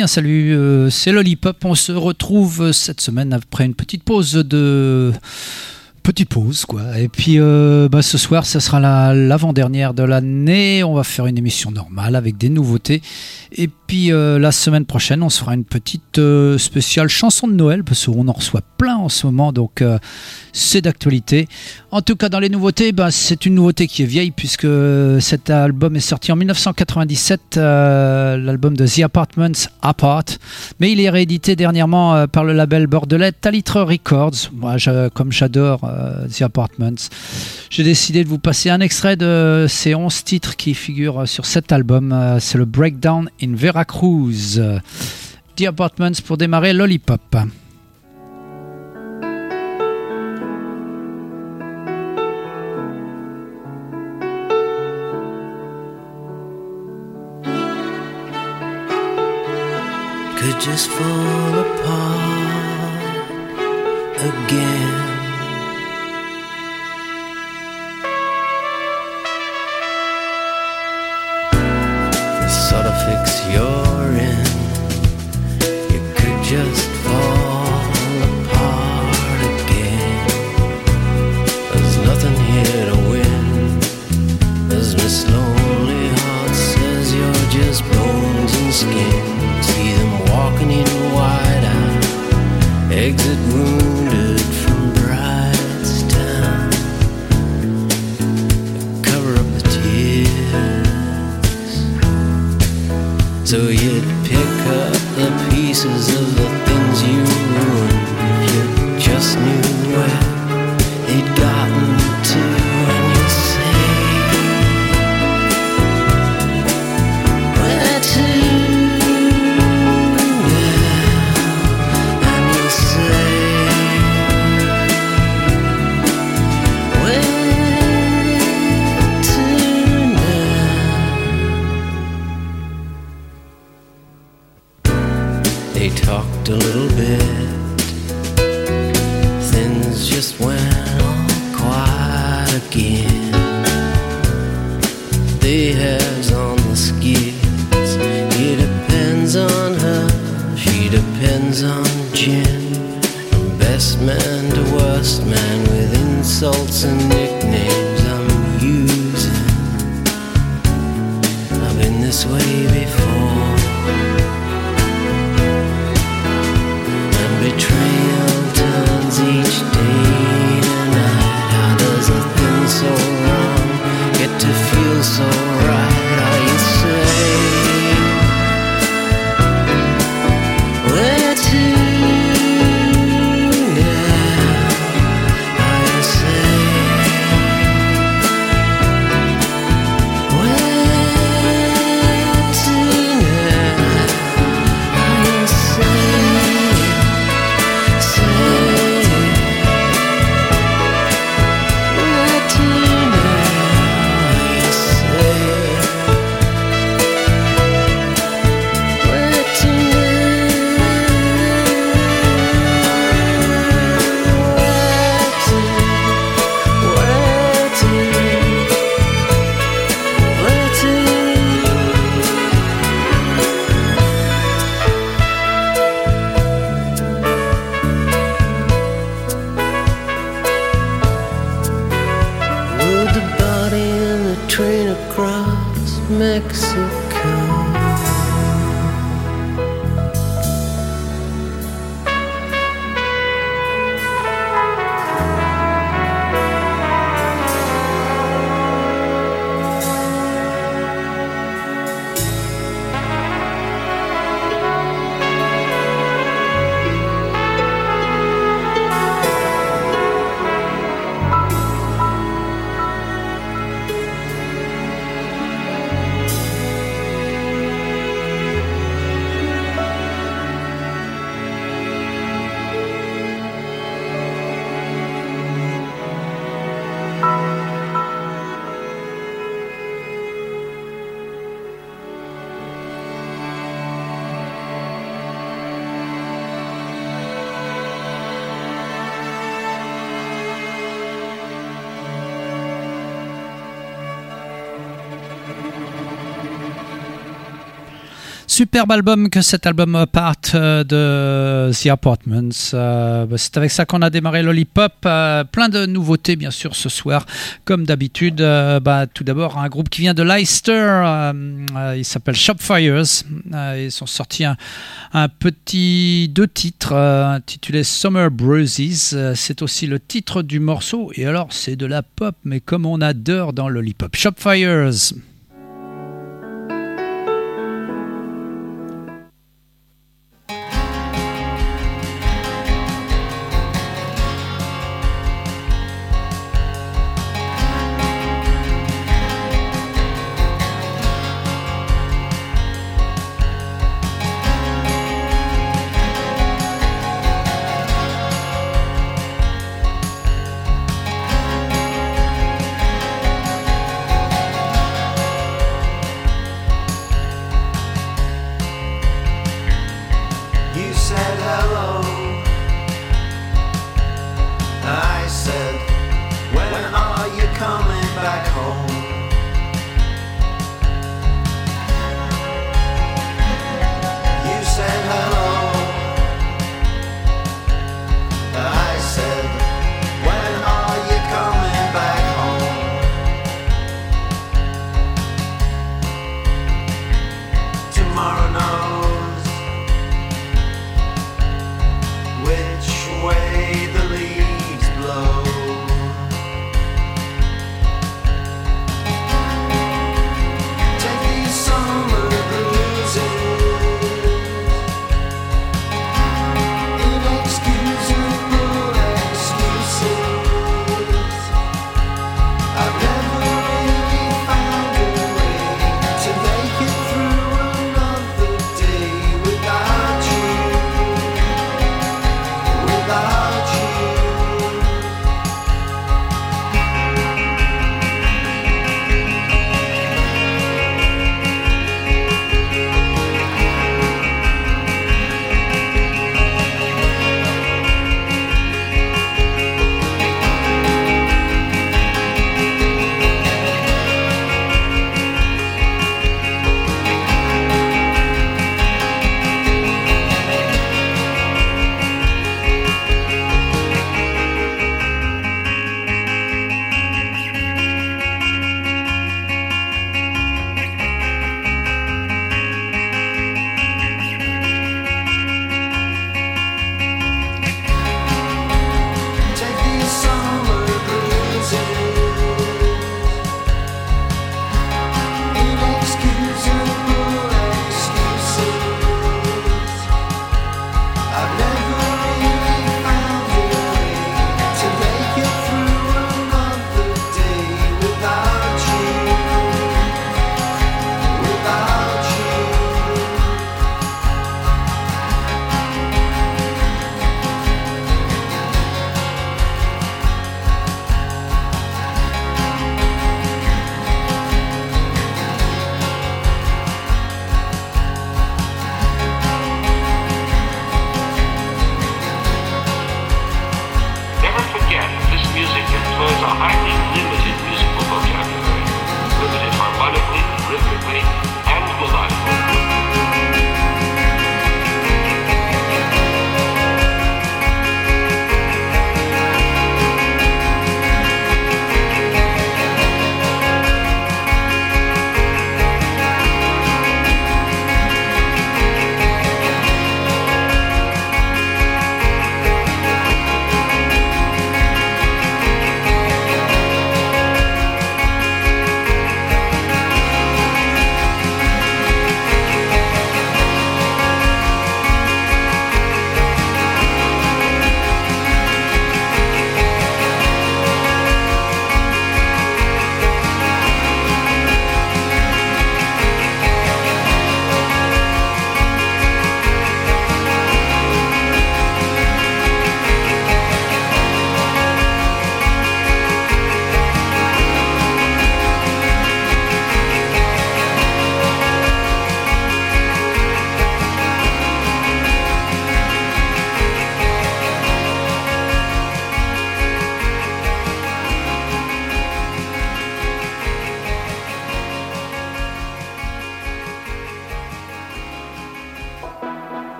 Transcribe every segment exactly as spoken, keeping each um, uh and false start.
bien, salut, euh, c'est Lollipop. On se retrouve cette semaine après une petite pause de... Petite pause, quoi. Et puis, euh, bah, ce soir, ça sera la, l'avant-dernière de l'année. On va faire une émission normale avec des nouveautés. Et puis, euh, la semaine prochaine, on se fera une petite euh, spéciale chanson de Noël, parce qu'on en reçoit plein en ce moment, donc euh, c'est d'actualité. En tout cas, dans les nouveautés, bah, c'est une nouveauté qui est vieille, puisque cet album est sorti en dix-neuf cent quatre-vingt-dix-sept, euh, l'album de The Apartments, Apart. Mais il est réédité dernièrement euh, par le label bordelais Talitre Records. Moi, je, comme j'adore euh, The Apartments, j'ai décidé de vous passer un extrait de ces onze titres qui figurent sur cet album. Euh, c'est le Breakdown in Veracruz. The Apartments pour démarrer Lollipop. Could just fall apart again. The sort of fix you're in, you could just fall apart again. There's nothing here to win, as Miss Lonely Heart says, you're just bones and skin. See them walking in wide-eyed, exit wounded from Brightstown. Cover up the tears, so you'd pick up the pieces of the things you ruined if you just knew where they'd gotten to. And you'd say, where to? Talked a little bit, things just went all quiet again. The hair's on the skids, he depends on her, she depends on Jen. From best man to worst man, with insults and nicknames I'm using. I've been this way before. Betrayal turns each day to night. How does a thing so wrong get to feel so right? How you say, where to now? How you say, where to now? How you say, Superbe album que cet album Apart euh, de The Apartments. Euh, bah, c'est avec ça qu'on a démarré Lollipop. Euh, plein de nouveautés bien sûr ce soir, comme d'habitude. Euh, bah, tout d'abord un groupe qui vient de Leicester. Euh, euh, il s'appelle Shopfires. Euh, ils ont sorti un, un petit deux titres euh, intitulé Summer Bruises. Euh, c'est aussi le titre du morceau. Et alors c'est de la pop, mais comme on adore dans Lollipop. Shopfires. Thank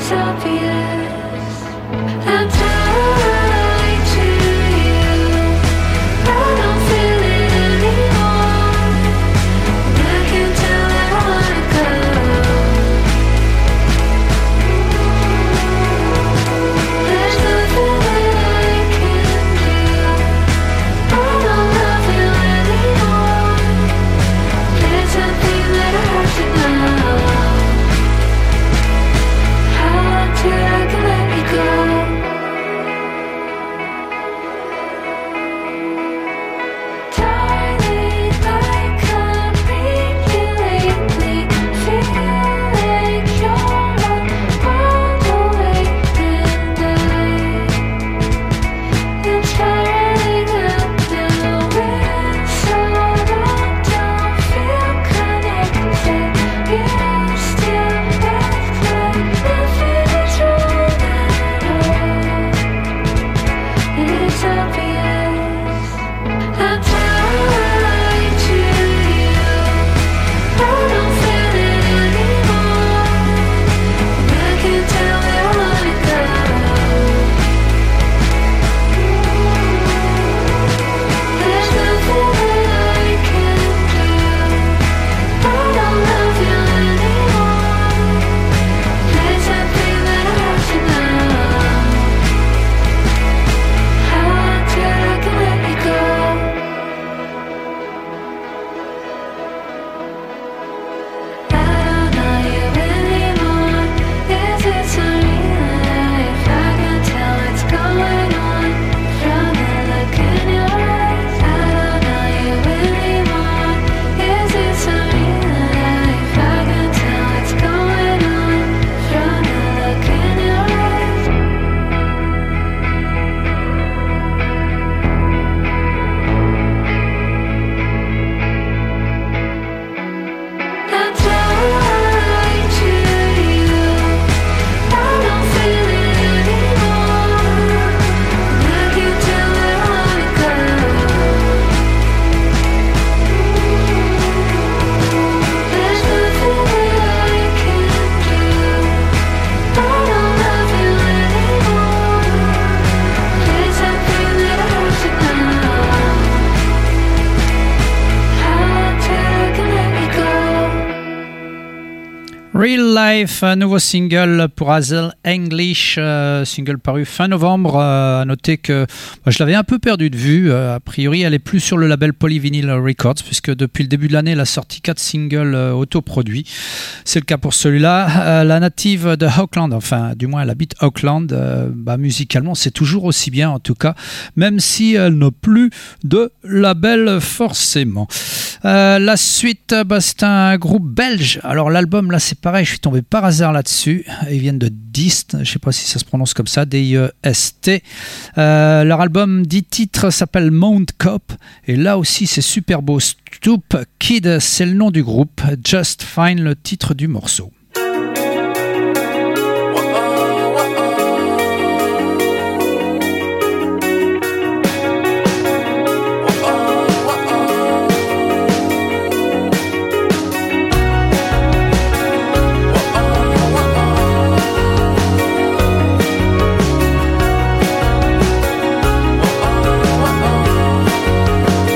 Real Life, un nouveau single pour Hazel English, euh, single paru fin novembre. Euh, à noter que bah, je l'avais un peu perdu de vue. Euh, a priori, elle est plus sur le label Polyvinyl Records, puisque depuis le début de l'année, elle a sorti quatre singles euh, autoproduits. C'est le cas pour celui-là. Euh, la native de Auckland, enfin, du moins, elle habite Auckland. Euh, bah, musicalement, c'est toujours aussi bien, en tout cas, même si elle n'a plus de label forcément. Euh, la suite, bah, c'est un groupe belge. Alors, l'album, là, c'est pareil, je suis tombé par hasard là-dessus. Ils viennent de Diest, je ne sais pas si ça se prononce comme ça, D I E S T. Euh, leur album, dix titres, s'appelle Mount Cop. Et là aussi, c'est super beau. Stoop Kid, c'est le nom du groupe. Just Fine, le titre du morceau.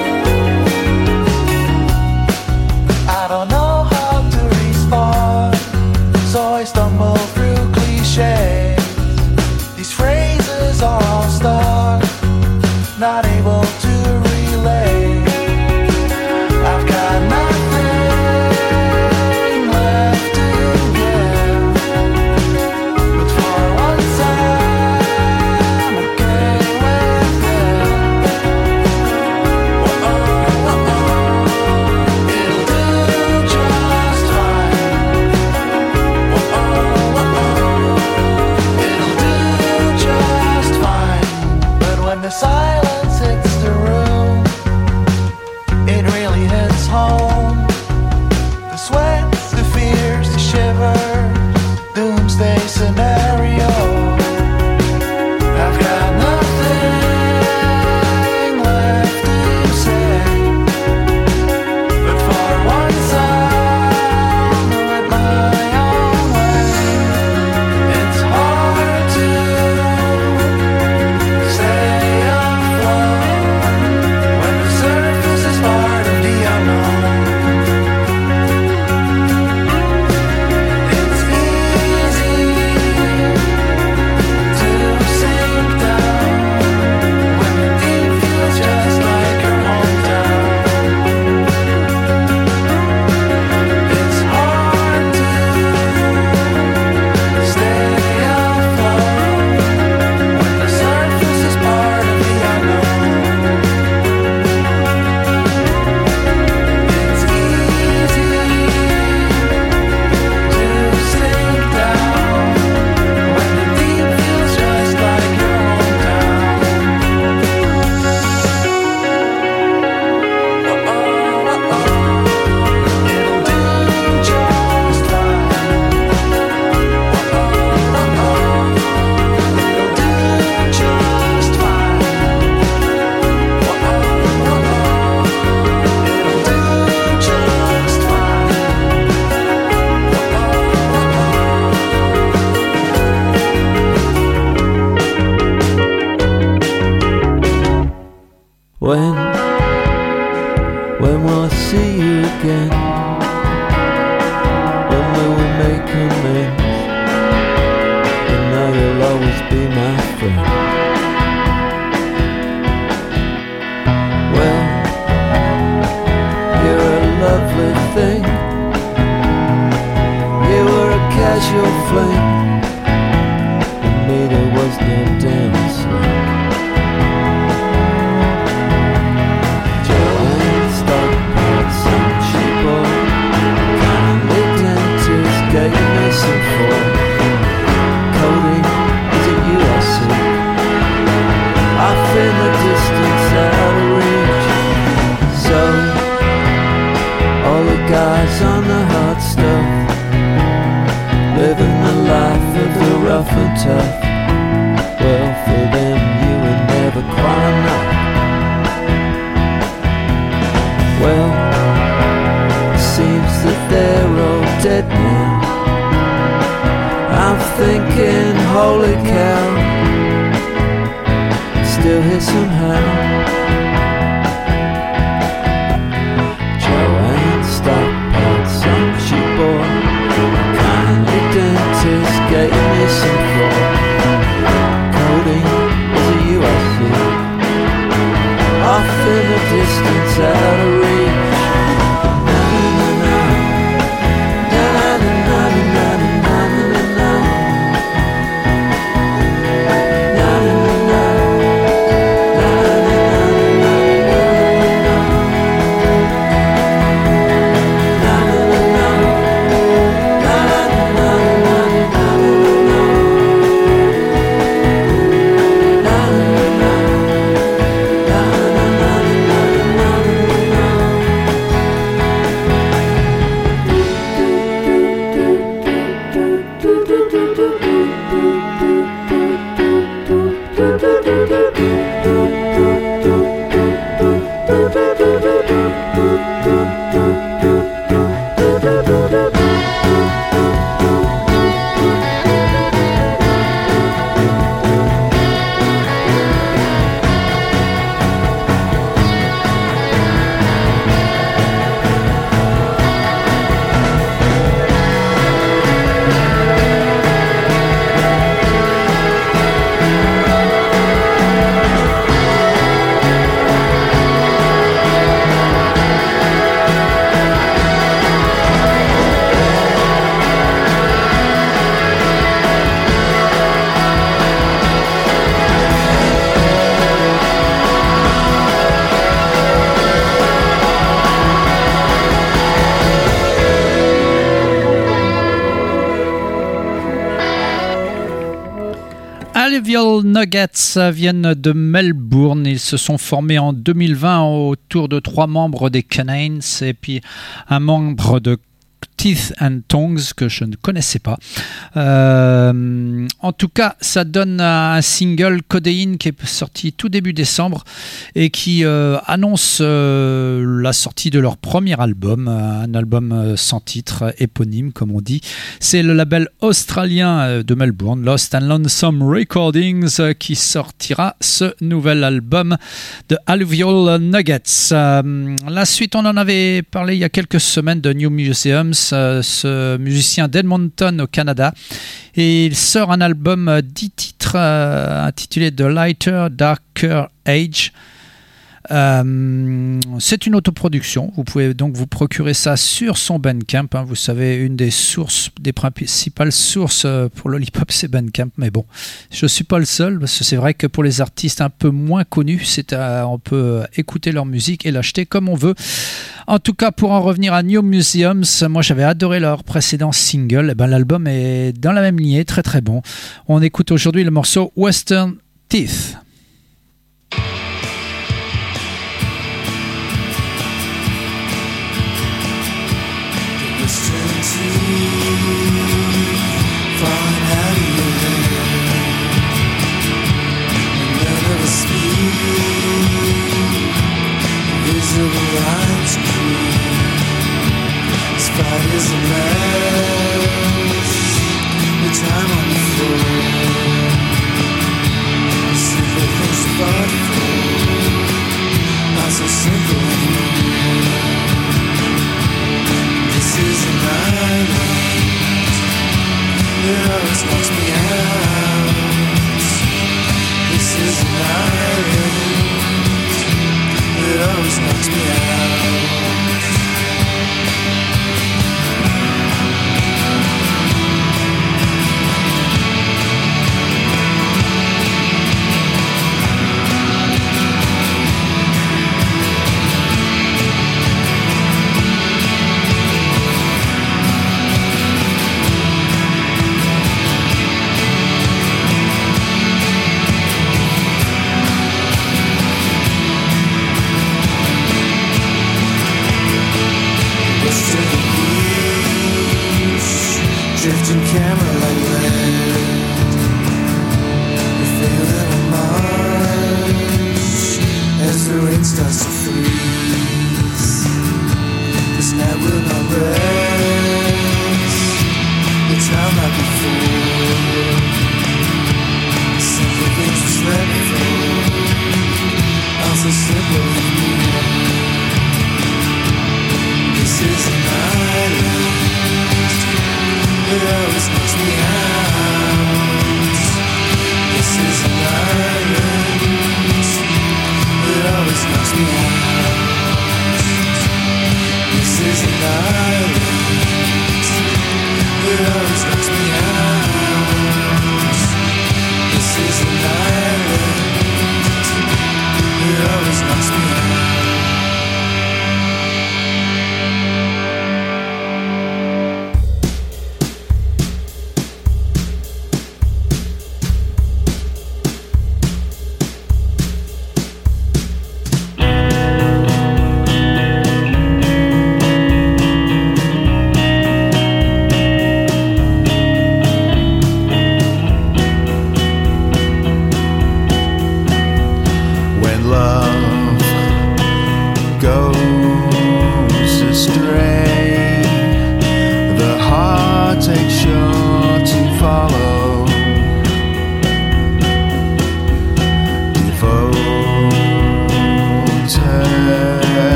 I don't know how to respond. be my friend. Well, you're a lovely thing. You were a casual fling. And me there was no damn sling. Joanne stockpiled some cheap old kindly dentist gave me some for. Cody, is it you I see? Off in the distance out of reach. So, all the guys on the hard stuff, living the life of the rough and tough. Well, for them you were never quite enough. Well, seems that they're all dead now. I'm thinking, holy cow, still here somehow. Joanne stockpiled some cheap boy. Kindly dentist gave me some for. Cody, is it you I see? Off in the distance out of reach. Alluvial Nuggets viennent de Melbourne. Ils se sont formés en deux mille vingt autour de trois membres des Cananes et puis un membre de Teeth and Tongues que je ne connaissais pas. Euh, en tout cas, ça donne un single Codeine qui est sorti tout début décembre et qui euh, annonce euh, la sortie de leur premier album, un album sans titre, éponyme comme on dit. C'est le label australien de Melbourne, Lost and Lonesome Recordings, qui sortira ce nouvel album de Alluvial Nuggets. Euh, la suite, on en avait parlé il y a quelques semaines de New Museums, ce musicien d'Edmonton au Canada, et il sort un album dix titres euh, intitulé The Lighter Darker Age. Euh, c'est une autoproduction, vous pouvez donc vous procurer ça sur son Bandcamp, hein. Vous savez, une des sources, des principales sources pour le hip-hop, c'est Bandcamp, mais bon, je ne suis pas le seul, parce que c'est vrai que pour les artistes un peu moins connus, c'est à, on peut écouter leur musique et l'acheter comme on veut. En tout cas, pour en revenir à New Museums, moi j'avais adoré leur précédent single, et ben, l'album est dans la même lignée, très très bon. On écoute aujourd'hui le morceau Western Teeth. Spiders and rats, the time on the floor, super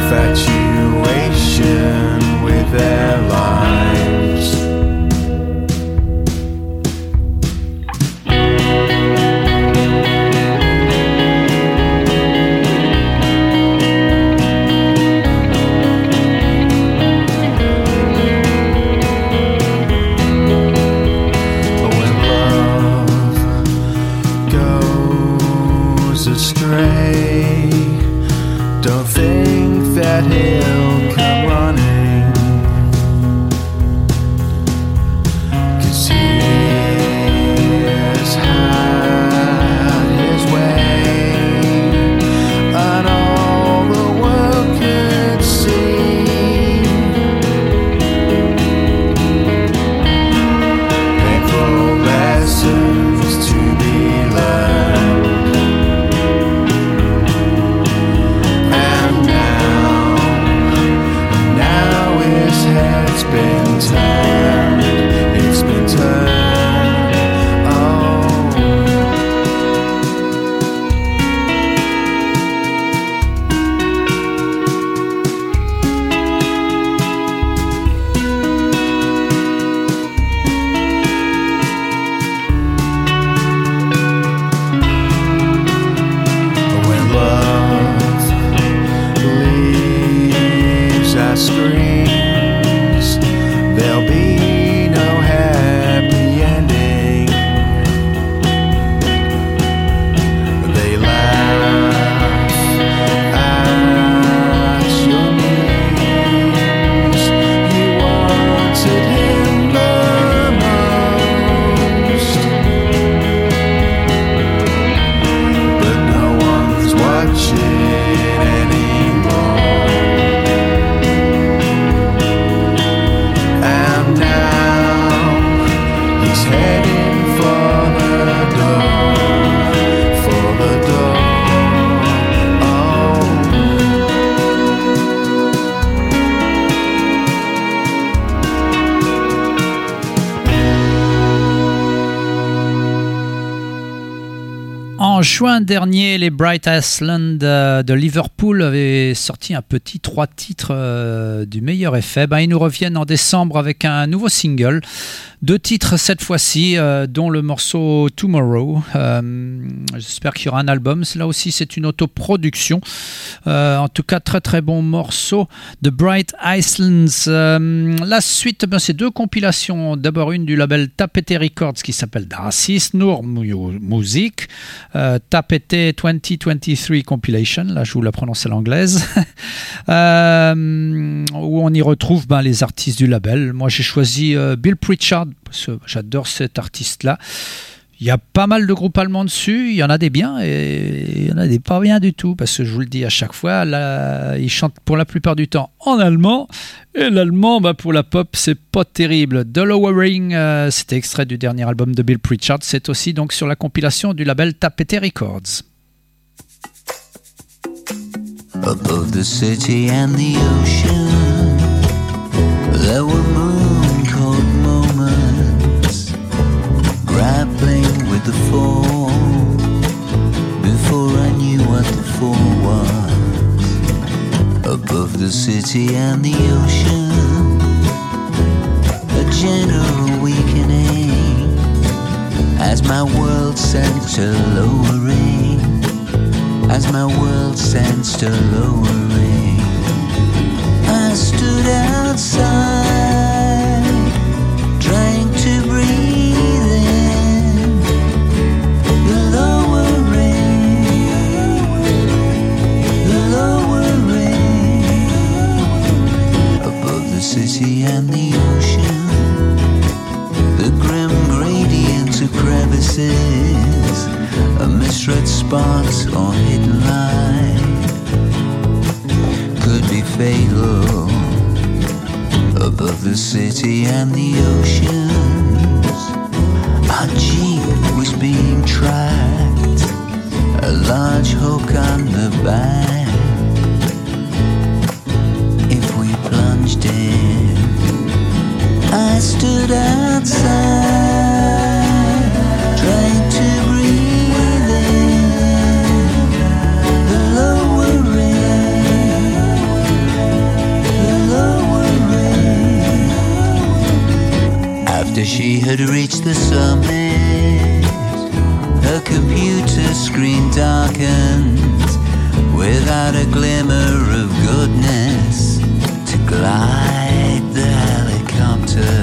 infatuation with their lives. Astray, don't think that he'll come running, 'cause he has had his way, and all the world could see. Painful lessons to be learned. It's been turned, it's been turned, oh. When love leaves our screens, there'll be no happy ending. They laugh at your knees. You wanted him the most, but no one's watching anymore. He's heading for the door, for the door, oh. En juin dernier, les Bright Island euh, de Liverpool avaient sorti un petit trois titres euh, du meilleur effet. Ben, ils nous reviennent en décembre avec un nouveau single. Deux titres cette fois-ci, euh, dont le morceau Tomorrow. Euh, j'espère qu'il y aura un album. Là aussi, c'est une autoproduction. Euh, en tout cas, très très bon morceau de Bright Islands. Euh, la suite, ben, c'est deux compilations. D'abord une du label Tapete Records qui s'appelle Darcis Noor Music. Euh, Tapete vingt vingt-trois Compilation. Là, je vous la prononce à l'anglaise. euh, où on y retrouve ben, les artistes du label. Moi, j'ai choisi euh, Bill Pritchard, parce que j'adore cet artiste-là. Il y a pas mal de groupes allemands dessus, il y en a des biens et il y en a des pas bien du tout, parce que je vous le dis à chaque fois, là, ils chantent pour la plupart du temps en allemand, et l'allemand, bah, pour la pop, c'est pas terrible. The Lowering, euh, c'était extrait du dernier album de Bill Pritchard, c'est aussi donc sur la compilation du label Tapete Records. Above the city and the ocean, there were moon-cold moments, grappling with the fall, before I knew what the fall was. Above the city and the ocean, a general weakening, as my world center lowering, as my world sensed a lowering. I stood outside, trying to breathe in the lowering, the lowering. Above the city and the ocean, the grim gradients of crevices, a misread spot or hidden light could be fatal. Above the city and the oceans, our jeep was being tracked, a large hook on the back. If we plunged in, I stood outside, trying to breathe in the lowering, had reached the summit. Her computer screen darkened without a glimmer of goodness to glide the helicopter.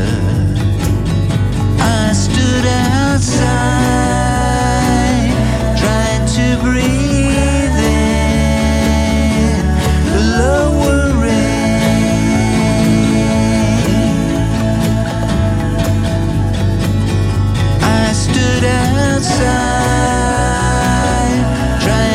I stood outside, trying to breathe in the lower rain. I stood outside, trying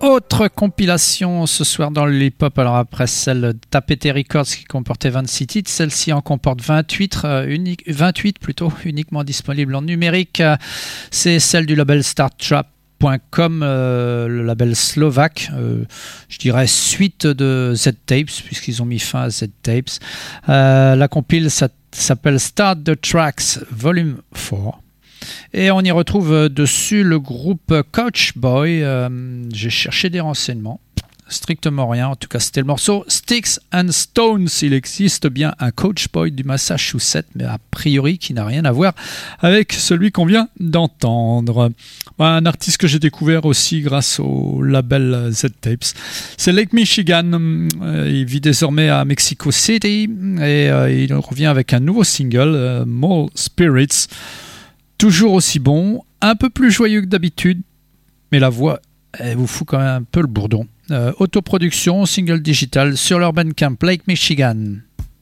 Autre compilation ce soir dans le hip-hop, alors après celle de Tapete Records qui comportait vingt-six titres, celle-ci en comporte vingt-huit, euh, unique, vingt-huit plutôt, uniquement disponible en numérique. C'est celle du label Startrap point com, euh, le label slovaque, euh, je dirais suite de Z-Tapes, puisqu'ils ont mis fin à Z-Tapes. Euh, la compile ça, s'appelle Start the Tracks Volume quatre. Et on y retrouve dessus le groupe Coach Boy. Euh, j'ai cherché des renseignements. Strictement rien. En tout cas, c'était le morceau Sticks and Stones. Il existe bien un Coach Boy du Massachusetts, mais a priori qui n'a rien à voir avec celui qu'on vient d'entendre. Un artiste que j'ai découvert aussi grâce au label Z-Tapes, c'est Lake Michigan. Il vit désormais à Mexico City et il revient avec un nouveau single, Mole Spirits. Toujours aussi bon, un peu plus joyeux que d'habitude, mais la voix, elle vous fout quand même un peu le bourdon. Euh, autoproduction, single digital sur leur Bandcamp Lake Michigan.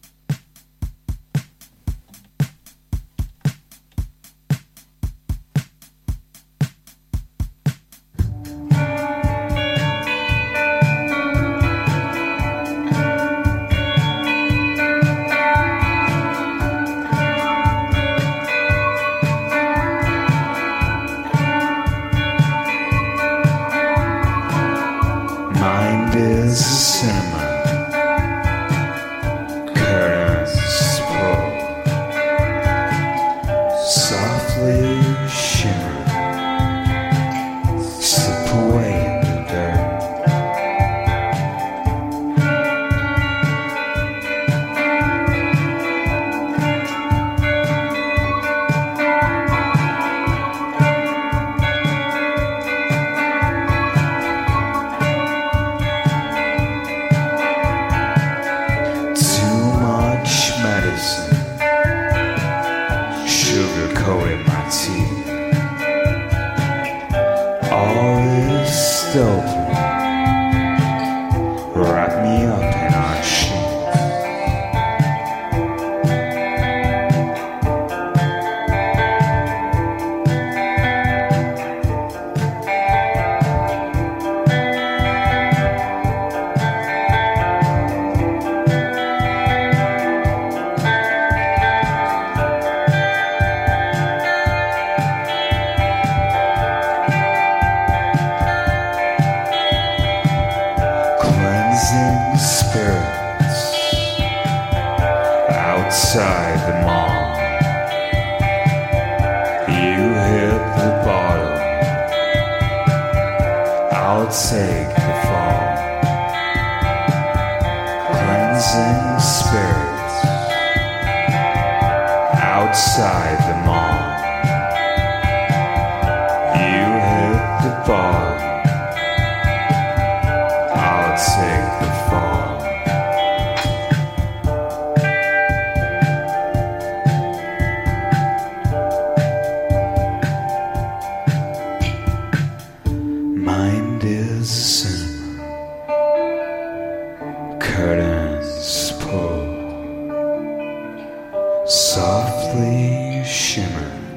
Mind is a cinema, curtains pull, softly shimmer, slip away in the dirt. Too much medicine, sugar coating my teeth. All this dopamine, wrap me up in our sheets. Cleansing spirits outside the mall. You hit the bottom, I'll take the fall. Cleansing spirits outside the mall. You hit the bottom, I'll take the fall. Mind is a cinema, curtains pull, softly shimmer,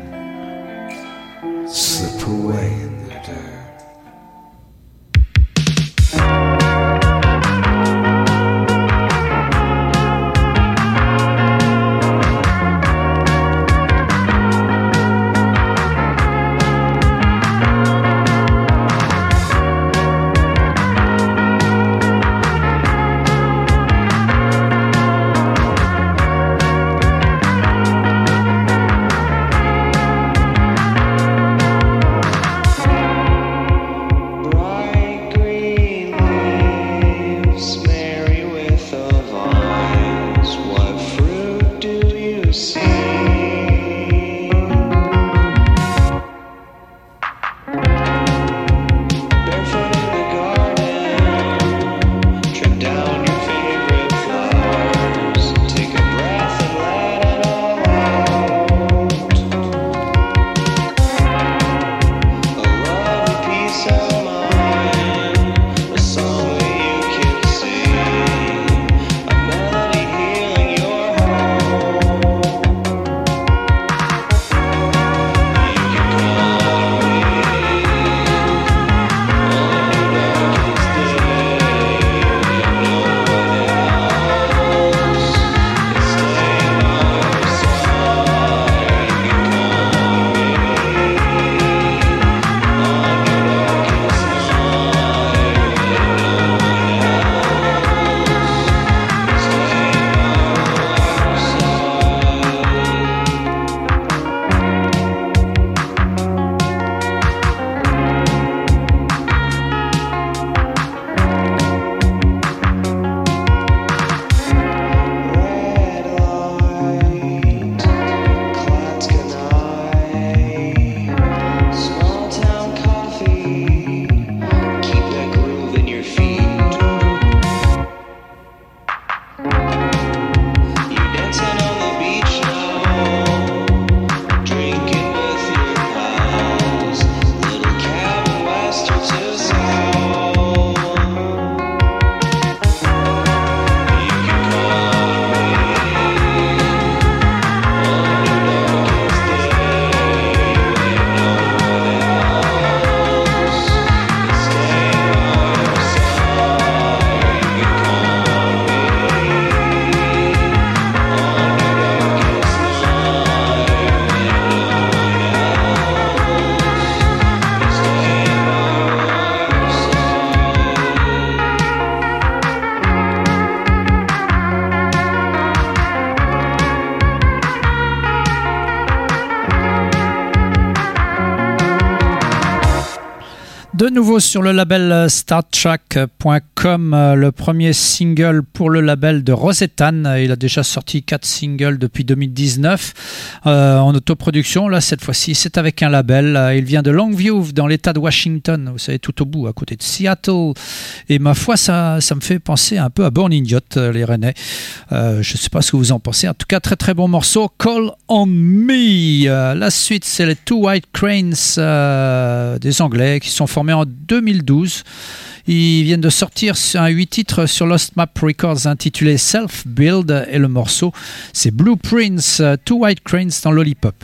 De nouveau sur le label star track point com, le premier single pour le label de Rosettan. Il a déjà sorti quatre singles depuis deux mille dix-neuf euh, en autoproduction. Là, cette fois-ci, c'est avec un label. Il vient de Longview, dans l'état de Washington. Vous savez, tout au bout, à côté de Seattle. Et ma foi, ça, ça me fait penser un peu à Born Idiot, les Rennais. Euh, je ne sais pas ce que vous en pensez. En tout cas, très très bon morceau. Call on Me. Euh, la suite, c'est les Two White Cranes, euh, des Anglais qui sont formés en deux mille douze. Ils viennent de sortir un huit titres sur Lost Map Records intitulé Self Build et le morceau c'est Blueprints, Two White Cranes dans Lollipop.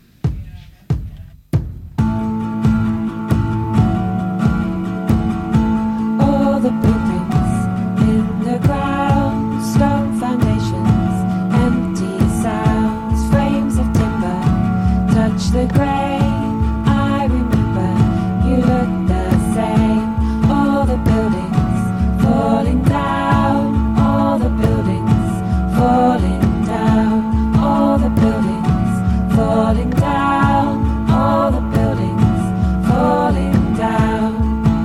All the blueprints in the ground, stone foundations, empty sounds, frames of timber, touch the grain. I remember you looked the same. All the buildings falling down, all the buildings falling down, all the buildings falling down, all the buildings falling down.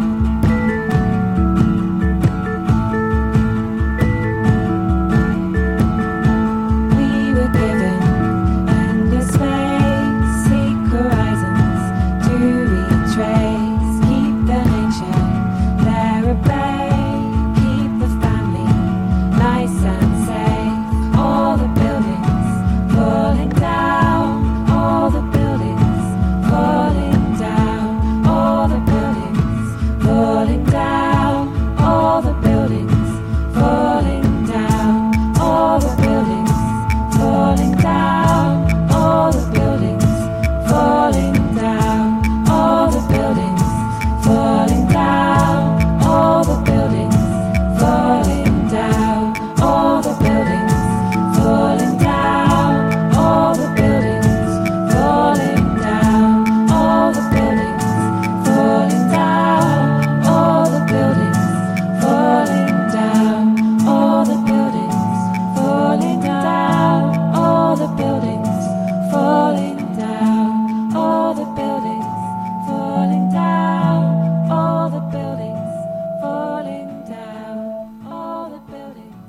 We were given endless space, seek horizons to retrace, keep the nature there at bay, keep the family nice and safe. All the buildings falling down, all the buildings falling down, all the buildings falling down, all the buildings falling down, all the buildings falling down, all the buildings falling down, all the buildings falling down, all the buildings falling down, all the buildings falling down, all the buildings falling down, all the buildings falling down, all the buildings falling down, all the buildings falling down, all the buildings falling down, all the buildings falling down, all the buildings falling down, all the buildings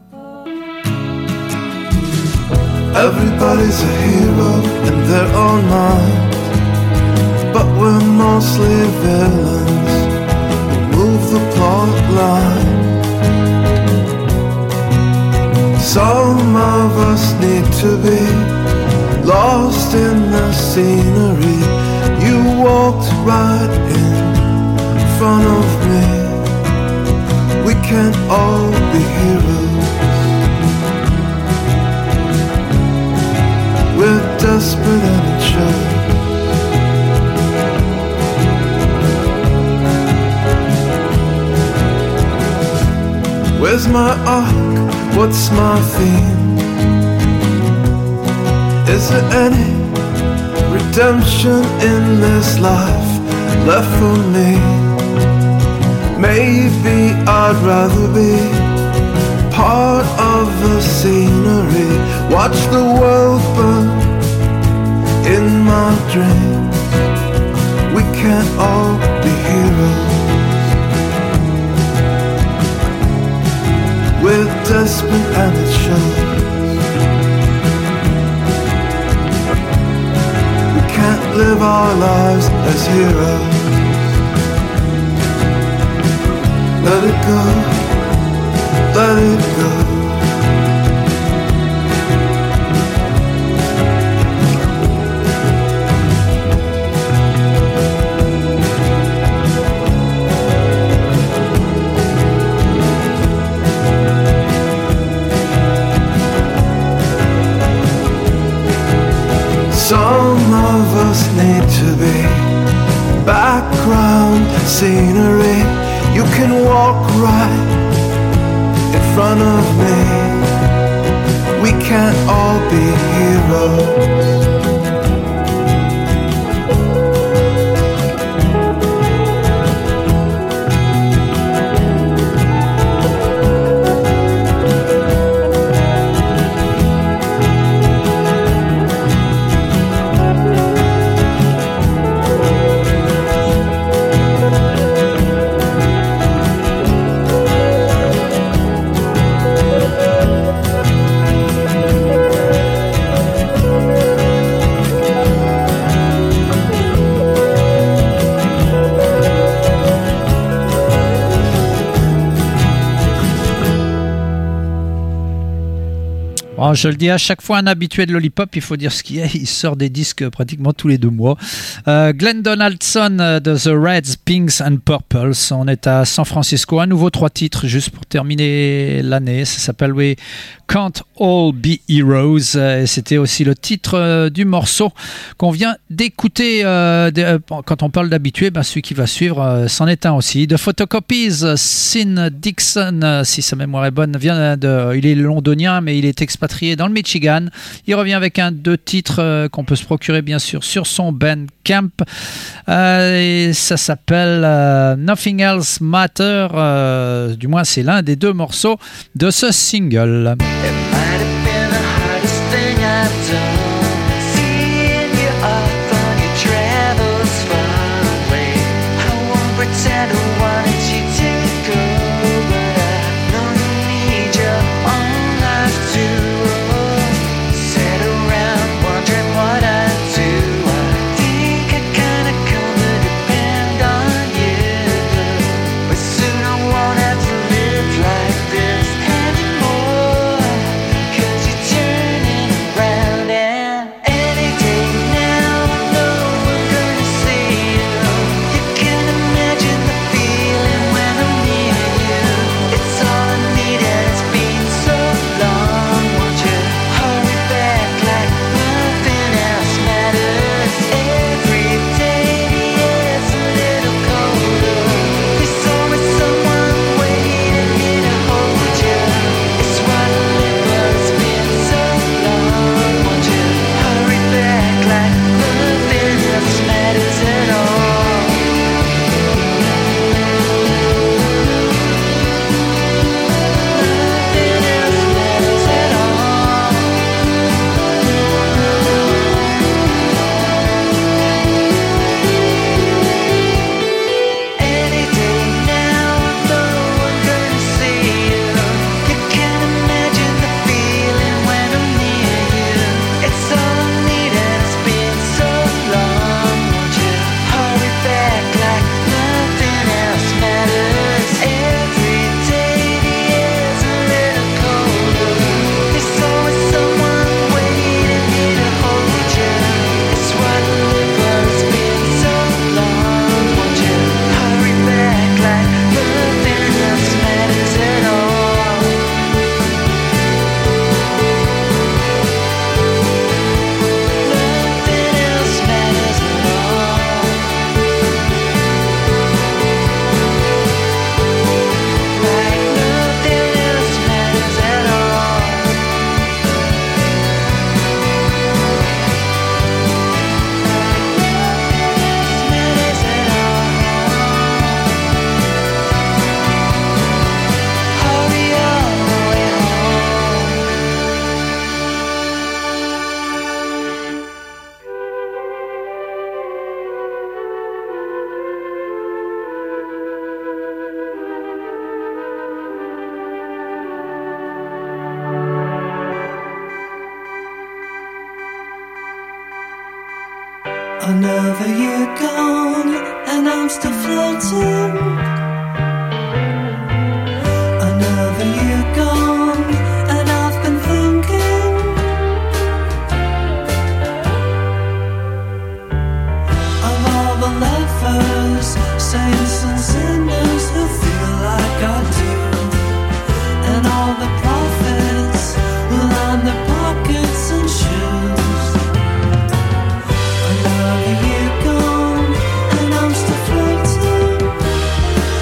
falling. Everybody's a hero in their own mind, but we're mostly villains who move the plot line. Some of us need to be lost in the scenery. You walked right in front of me. We can't all be heroes. We're desperate and it shows. Where's my arc? What's my theme? Is there any redemption in this life left for me? Maybe I'd rather be part of the scenery, watch the world burn in my dreams. We can't all be heroes. We're desperate and it shows. We can't live our lives as heroes. Let it go, let it go. Some of us need to be background scenery. You can walk right in front of me. We can't all be heroes. Oh, je le dis à chaque fois, un habitué de Lollipop, il faut dire ce qu'il y a, il sort des disques pratiquement tous les deux mois. Euh, Glenn Donaldson euh, de The Reds, Pinks and Purples, on est à San Francisco, un nouveau trois titres juste pour terminer l'année, ça s'appelle We Can't All Be Heroes, et c'était aussi le titre euh, du morceau qu'on vient d'écouter. Euh, de, euh, quand on parle d'habitué, ben, celui qui va suivre euh, c'en est un aussi. De Photocopies, Sin Dixon, euh, si sa mémoire est bonne, vient de, il est londonien mais il est expatrié dans le Michigan. Il revient avec un deux titres euh, qu'on peut se procurer bien sûr sur son Bandcamp, euh, et ça s'appelle euh, Nothing Else Matter, euh, du moins c'est l'un des deux morceaux de ce single. It might have been the hardest thing I've done, seeing you off on your travels far away. I won't pretend I wanted you to go, but I know you need your own life too. Sit around wondering what I do. I think I kinda come to depend on you, but soon I won't have to live like this anymore. Cause you're turning around, and any day now I know I'm gonna see you. You can imagine the feeling when I'm near you. It's all I need and it's been so long. Won't you hurry back like nothing else matters? Every day the air's a little colder. There's always someone waiting here to hold you. It's what I live for, it's been so long. Won't you hurry back like nothing else matters at all? Nothing else matters at all. Any day now I know I'm gonna see you. You can imagine the feeling when I'm near you. It's all I need and it's been so long. Won't you hurry back like nothing else matters? Every day the air's a little colder. There's always someone waiting here to hold you. It's what I live for, it's been so long. Won't you hurry back like nothing else matters at all? Nothing else matters at all. Like nothing else matters at all. Matters at all. Hurry all the way home. Another year gone, and I'm still floating. Another year gone, and I've been thinking of all the lovers, saints and sinners who feel like I do, and all the prophets who line their pockets and shoes. Another year gone, and I'm still floating.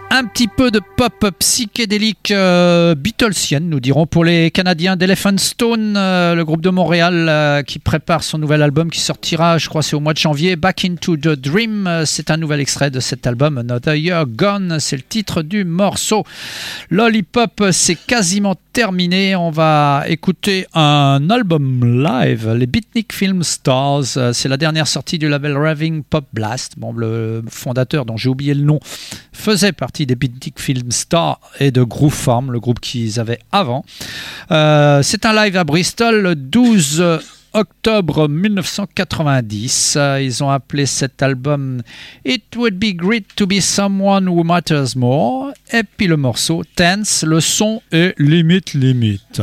Un petit peu de pop psychédélique euh, Beatlesienne, nous dirons, pour les Canadiens d'Elephant Stone, euh, le groupe de Montréal euh, qui prépare son nouvel album qui sortira, je crois, c'est au mois de janvier. Back into the Dream, euh, c'est un nouvel extrait de cet album. Another Year Gone, c'est le titre du morceau. Lollipop, c'est quasiment terminé. On va écouter un album live, les Beatnik Film Stars. Euh, c'est la dernière sortie du label Raving Pop Blast. Bon, le fondateur, dont j'ai oublié le nom, faisait partie des Beatnik Film Stars et de Groovefarm, le groupe qu'ils avaient avant. Euh, c'est un live à Bristol le douze octobre dix-neuf cent quatre-vingt-dix. Euh, ils ont appelé cet album It Would Be Great to Be Someone Who Matters More. Et puis le morceau Tense, le son est limite limite.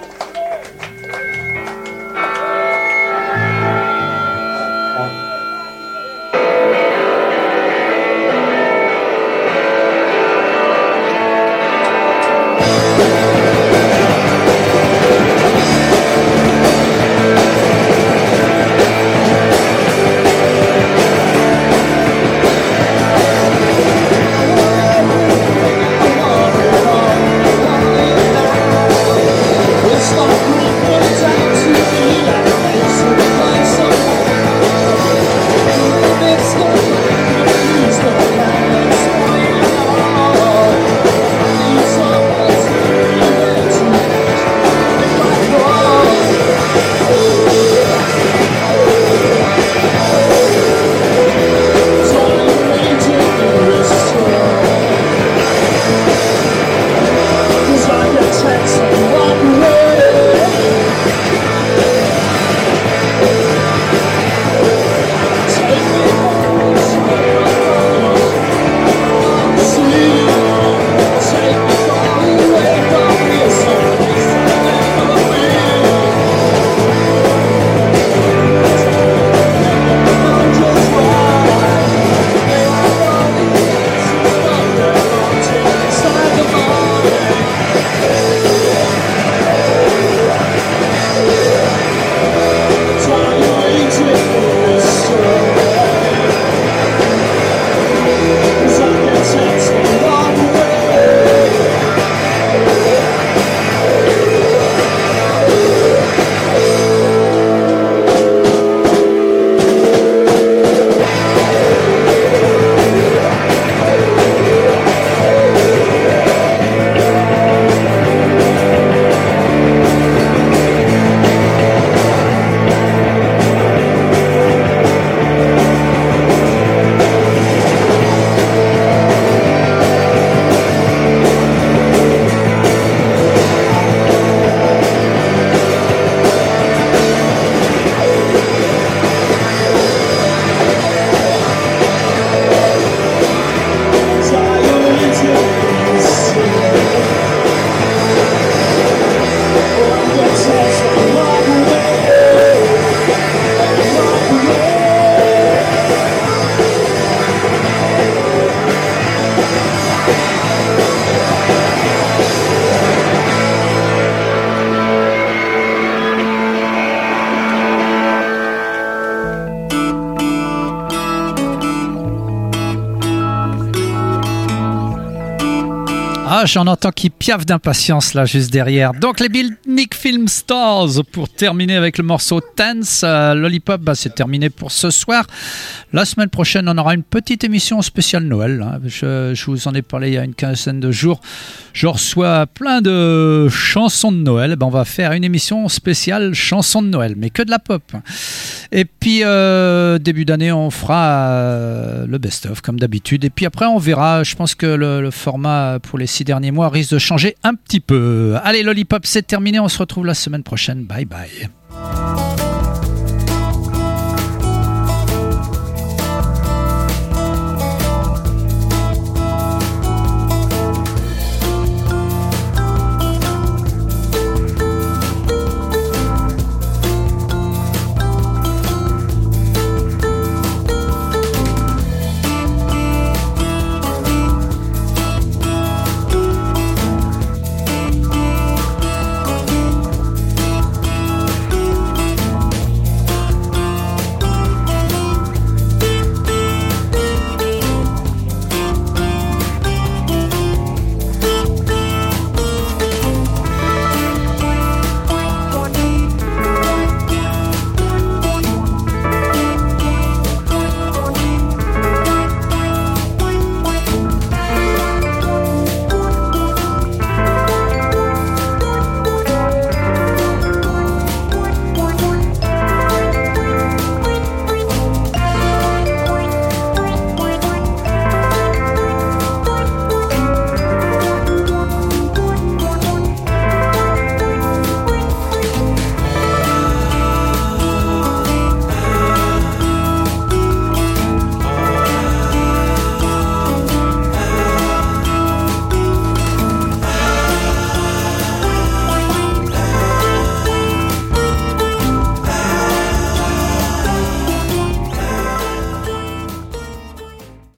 Ah, j'en entends qui piaffent d'impatience là juste derrière. Donc les Beatnik Film Stars pour terminer avec le morceau Tense. Euh, Lollipop, bah, c'est terminé pour ce soir. La semaine prochaine, on aura une petite émission spéciale Noël. Hein. Je, je vous en ai parlé il y a une quinzaine de jours. Je reçois plein de chansons de Noël. Ben, on va faire une émission spéciale chansons de Noël, mais que de la pop. Et puis, euh, début d'année, on fera euh, le best-of, comme d'habitude. Et puis après, on verra. Je pense que le, le format pour les six derniers mois risque de changer un petit peu. Allez, Lollipop, c'est terminé. On se retrouve la semaine prochaine. Bye bye.